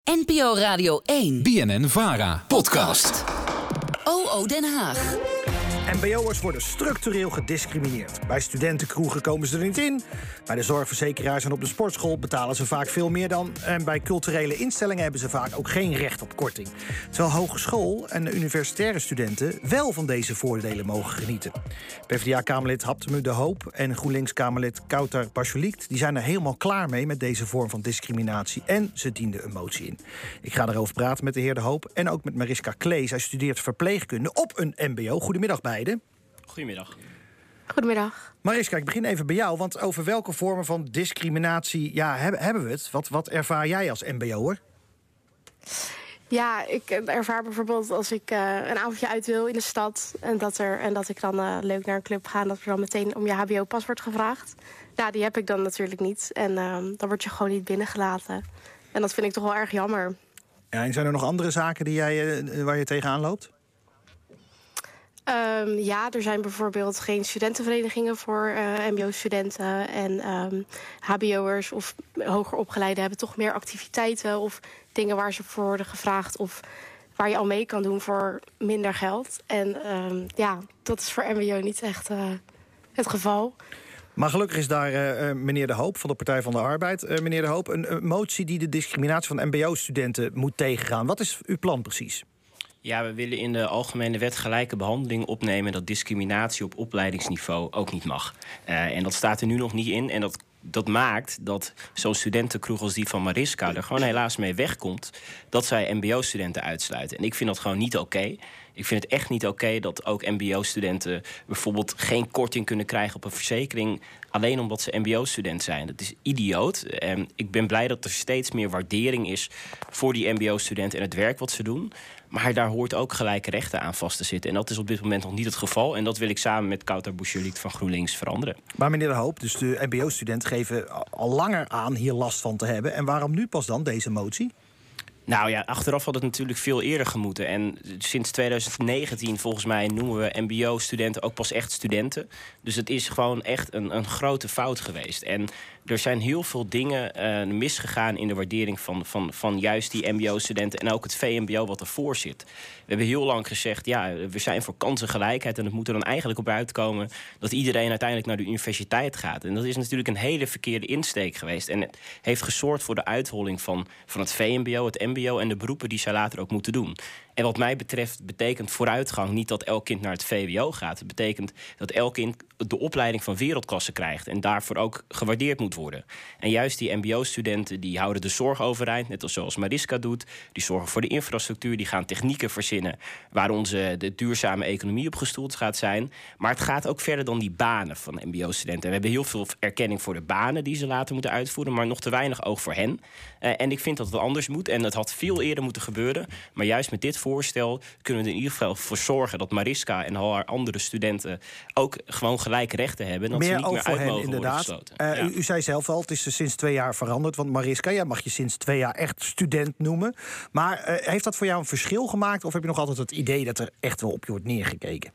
NPO Radio 1. BNN-VARA. Podcast. OO Den Haag. MBO'ers worden structureel gediscrimineerd. Bij studentenkroegen komen ze er niet in. Bij de zorgverzekeraars en op de sportschool betalen ze vaak veel meer dan. En bij culturele instellingen hebben ze vaak ook geen recht op korting. Terwijl hogeschool en universitaire studenten wel van deze voordelen mogen genieten. PvdA-kamerlid Haptemu de Hoop en GroenLinks-kamerlid Kawtar Pasjoelikt die zijn er helemaal klaar mee met deze vorm van discriminatie. En ze dienden een motie in. Ik ga erover praten met de heer De Hoop en ook met Mariska Klees. Zij studeert verpleegkunde op een MBO. Goedemiddag beiden. Goedemiddag. Goedemiddag. Mariska, ik begin even bij jou, want over welke vormen van discriminatie hebben we het? Wat ervaar jij als MBO'er? Ja, ik ervaar bijvoorbeeld als ik een avondje uit wil in de stad en dat ik dan leuk naar een club ga en dat er dan meteen om je HBO-pas wordt gevraagd. Ja, die heb ik dan natuurlijk niet. En dan word je gewoon niet binnengelaten. En dat vind ik toch wel erg jammer. Ja, en zijn er nog andere zaken waar je tegenaan loopt? Ja, er zijn bijvoorbeeld geen studentenverenigingen voor mbo-studenten. En hbo'ers of hoger opgeleiden hebben toch meer activiteiten of dingen waar ze voor worden gevraagd of waar je al mee kan doen voor minder geld. En ja, dat is voor mbo niet echt het geval. Maar gelukkig is daar meneer De Hoop van de Partij van de Arbeid. Meneer De Hoop, een motie die de discriminatie van mbo-studenten moet tegengaan. Wat is uw plan precies? Ja, we willen in de Algemene Wet gelijke behandeling opnemen dat discriminatie op opleidingsniveau ook niet mag. En dat staat er nu nog niet in. En dat maakt dat zo'n studentenkroeg als die van Mariska er gewoon helaas mee wegkomt dat zij mbo-studenten uitsluiten. En ik vind dat gewoon niet oké. Ik vind het echt niet oké dat ook mbo-studenten bijvoorbeeld geen korting kunnen krijgen op een verzekering alleen omdat ze mbo-student zijn. Dat is idioot. Ik ben blij dat er steeds meer waardering is voor die mbo-studenten en het werk wat ze doen. Maar daar hoort ook gelijke rechten aan vast te zitten. En dat is op dit moment nog niet het geval. En dat wil ik samen met Kawtar Pasjoelikt van GroenLinks veranderen. Maar meneer De Hoop, dus de mbo-studenten geven al langer aan hier last van te hebben. En waarom nu pas dan deze motie? Nou ja, achteraf had het natuurlijk veel eerder gemoeten. En sinds 2019, volgens mij, noemen we mbo-studenten ook pas echt studenten. Dus het is gewoon echt een grote fout geweest. En er zijn heel veel dingen misgegaan in de waardering van juist die mbo-studenten en ook het VMBO wat ervoor zit. We hebben heel lang gezegd, ja, we zijn voor kansengelijkheid en het moet er dan eigenlijk op uitkomen dat iedereen uiteindelijk naar de universiteit gaat. En dat is natuurlijk een hele verkeerde insteek geweest. En het heeft gezorgd voor de uitholling van het VMBO, het mbo en de beroepen die zij later ook moeten doen. En wat mij betreft betekent vooruitgang niet dat elk kind naar het VWO gaat. Het betekent dat elk kind de opleiding van wereldklasse krijgt en daarvoor ook gewaardeerd moet worden. En juist die mbo-studenten die houden de zorg overeind, net als zoals Mariska doet. Die zorgen voor de infrastructuur, die gaan technieken verzinnen waar de duurzame economie op gestoeld gaat zijn. Maar het gaat ook verder dan die banen van mbo-studenten. We hebben heel veel erkenning voor de banen die ze later moeten uitvoeren, maar nog te weinig oog voor hen. En ik vind dat het anders moet en het had veel eerder moeten gebeuren. Maar juist met dit voorstel kunnen we er in ieder geval voor zorgen dat Mariska en al haar andere studenten ook gewoon gelijke rechten hebben. En dat ze niet meer uit mogen worden gesloten. U zei zelf al, het is sinds 2 jaar veranderd. Want Mariska, jij mag je sinds 2 jaar echt student noemen. Maar heeft dat voor jou een verschil gemaakt? Of heb je nog altijd het idee dat er echt wel op je wordt neergekeken?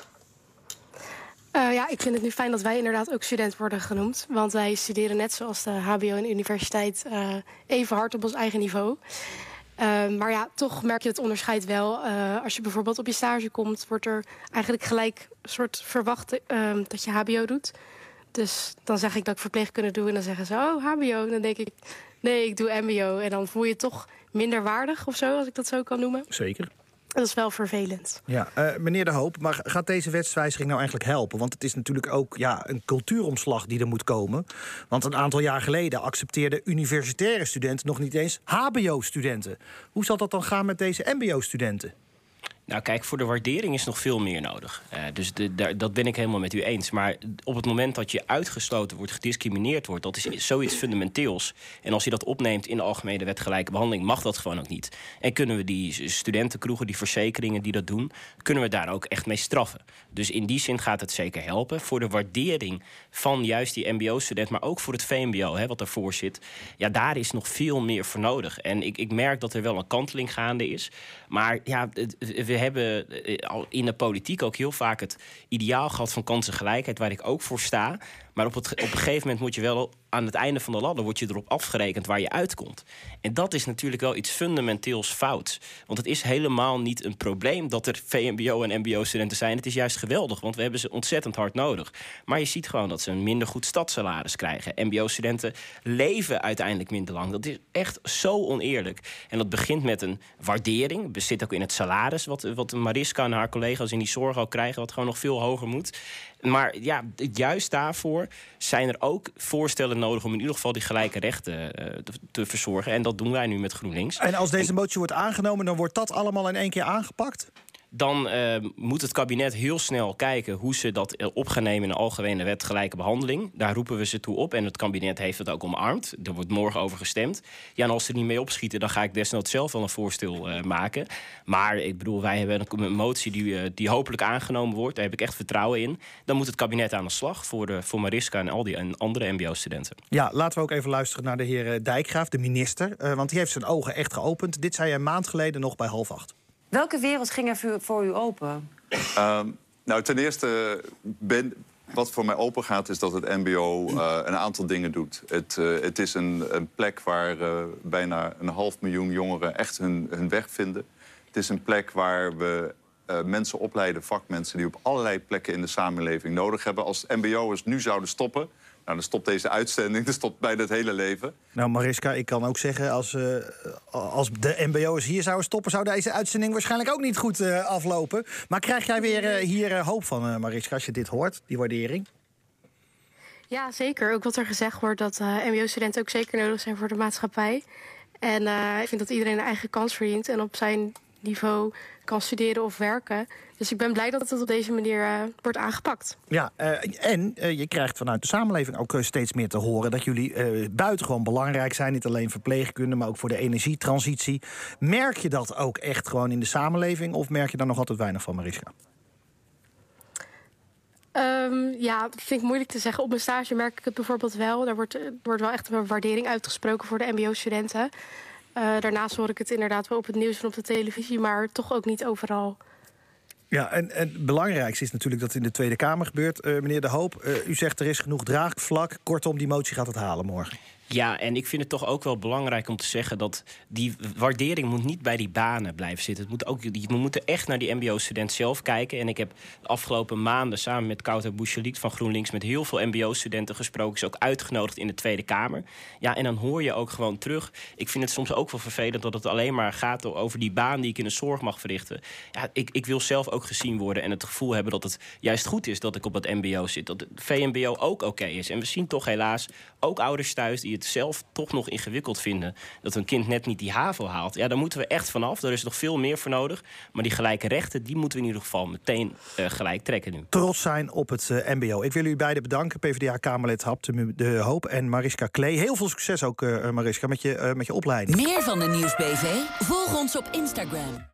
Ja, ik vind het nu fijn dat wij inderdaad ook student worden genoemd. Want wij studeren net zoals de hbo en de universiteit even hard op ons eigen niveau. Maar ja, toch merk je het onderscheid wel. Als je bijvoorbeeld op je stage komt, wordt er eigenlijk gelijk een soort verwacht dat je hbo doet. Dus dan zeg ik dat ik verpleegkunde doe en dan zeggen ze, oh, hbo. En dan denk ik, nee, ik doe mbo. En dan voel je je toch minder waardig of zo, als ik dat zo kan noemen. Zeker. Dat is wel vervelend. Ja, meneer De Hoop, maar gaat deze wetswijziging nou eigenlijk helpen? Want het is natuurlijk ook een cultuuromslag die er moet komen. Want een aantal jaar geleden accepteerden universitaire studenten nog niet eens hbo-studenten. Hoe zal dat dan gaan met deze mbo-studenten? Nou kijk, voor de waardering is nog veel meer nodig. Dus dat ben ik helemaal met u eens. Maar op het moment dat je uitgesloten wordt, gediscrimineerd wordt, dat is zoiets fundamenteels. En als je dat opneemt in de Algemene Wet gelijke behandeling, mag dat gewoon ook niet. En kunnen we die studentenkroegen, die verzekeringen die dat doen, kunnen we daar ook echt mee straffen. Dus in die zin gaat het zeker helpen. Voor de waardering van juist die mbo-student, maar ook voor het VMBO, wat ervoor zit, ja, daar is nog veel meer voor nodig. En ik merk dat er wel een kanteling gaande is. Maar ja, we hebben al in de politiek ook heel vaak het ideaal gehad van kansengelijkheid, waar ik ook voor sta. Maar op een gegeven moment moet je wel aan het einde van de ladder word je erop afgerekend waar je uitkomt. En dat is natuurlijk wel iets fundamenteels fouts. Want het is helemaal niet een probleem dat er VMBO en MBO-studenten zijn. Het is juist geweldig, want we hebben ze ontzettend hard nodig. Maar je ziet gewoon dat ze een minder goed stadssalaris krijgen. MBO-studenten leven uiteindelijk minder lang. Dat is echt zo oneerlijk. En dat begint met een waardering. Het zit ook in het salaris wat Mariska en haar collega's in die zorg ook krijgen, wat gewoon nog veel hoger moet. Maar ja, juist daarvoor zijn er ook voorstellen nodig om in ieder geval die gelijke rechten te verzorgen. En dat doen wij nu met GroenLinks. En als deze motie wordt aangenomen, dan wordt dat allemaal in één keer aangepakt? Dan moet het kabinet heel snel kijken hoe ze dat op gaan nemen in de Algemene Wet Gelijke Behandeling. Daar roepen we ze toe op en het kabinet heeft het ook omarmd. Er wordt morgen over gestemd. Ja, en als ze er niet mee opschieten, dan ga ik desnoods zelf wel een voorstel maken. Maar ik bedoel, wij hebben een motie die hopelijk aangenomen wordt. Daar heb ik echt vertrouwen in. Dan moet het kabinet aan de slag voor Mariska en al die andere mbo-studenten. Ja, laten we ook even luisteren naar de heer Dijkgraaf, de minister. Want die heeft zijn ogen echt geopend. Dit zei hij een maand geleden nog bij 7:30. Welke wereld ging er voor u open? Nou, ten eerste, wat voor mij open gaat, is dat het mbo een aantal dingen doet. Het is een plek waar bijna 500.000 jongeren echt hun weg vinden. Het is een plek waar we mensen opleiden, vakmensen, die op allerlei plekken in de samenleving nodig hebben. Als mbo'ers nu zouden stoppen, nou, dan stopt deze uitzending, dan stopt bijna het hele leven. Nou, Mariska, ik kan ook zeggen, als de mbo'ers hier zouden stoppen, zou deze uitzending waarschijnlijk ook niet goed aflopen. Maar krijg jij weer hier hoop van, Mariska, als je dit hoort, die waardering? Ja, zeker. Ook wat er gezegd wordt, dat mbo-studenten ook zeker nodig zijn voor de maatschappij. En ik vind dat iedereen een eigen kans verdient en op zijn niveau kan studeren of werken. Dus ik ben blij dat het op deze manier wordt aangepakt. Ja, en je krijgt vanuit de samenleving ook steeds meer te horen dat jullie buitengewoon belangrijk zijn. Niet alleen verpleegkunde, maar ook voor de energietransitie. Merk je dat ook echt gewoon in de samenleving of merk je daar nog altijd weinig van, Mariska? Ja, dat vind ik moeilijk te zeggen. Op mijn stage merk ik het bijvoorbeeld wel. Er wordt wel echt een waardering uitgesproken voor de mbo-studenten. Daarnaast hoor ik het inderdaad wel op het nieuws en op de televisie, maar toch ook niet overal. Ja, en het belangrijkste is natuurlijk dat het in de Tweede Kamer gebeurt. Meneer De Hoop, u zegt er is genoeg draagvlak. Kortom, die motie gaat het halen morgen. Ja, en ik vind het toch ook wel belangrijk om te zeggen dat die waardering moet niet bij die banen blijven zitten. We moeten echt naar die mbo-student zelf kijken. En ik heb de afgelopen maanden samen met Kouter Boucheliet van GroenLinks met heel veel mbo-studenten gesproken. Is ook uitgenodigd in de Tweede Kamer. Ja, en dan hoor je ook gewoon terug. Ik vind het soms ook wel vervelend dat het alleen maar gaat over die baan die ik in de zorg mag verrichten. Ja, ik wil zelf ook gezien worden en het gevoel hebben dat het juist goed is dat ik op het mbo zit. Dat het VMBO ook oké is. En we zien toch helaas ook ouders thuis die het zelf toch nog ingewikkeld vinden dat hun kind net niet die HAVO haalt. Ja, daar moeten we echt vanaf. Daar is nog veel meer voor nodig. Maar die gelijke rechten, die moeten we in ieder geval meteen gelijk trekken nu. Trots zijn op het mbo. Ik wil jullie beiden bedanken. PvdA-Kamerlid Hapte De Hoop en Mariska Klee. Heel veel succes ook, Mariska, met je opleiding. Meer van de Nieuwsbv? Volg ons op Instagram.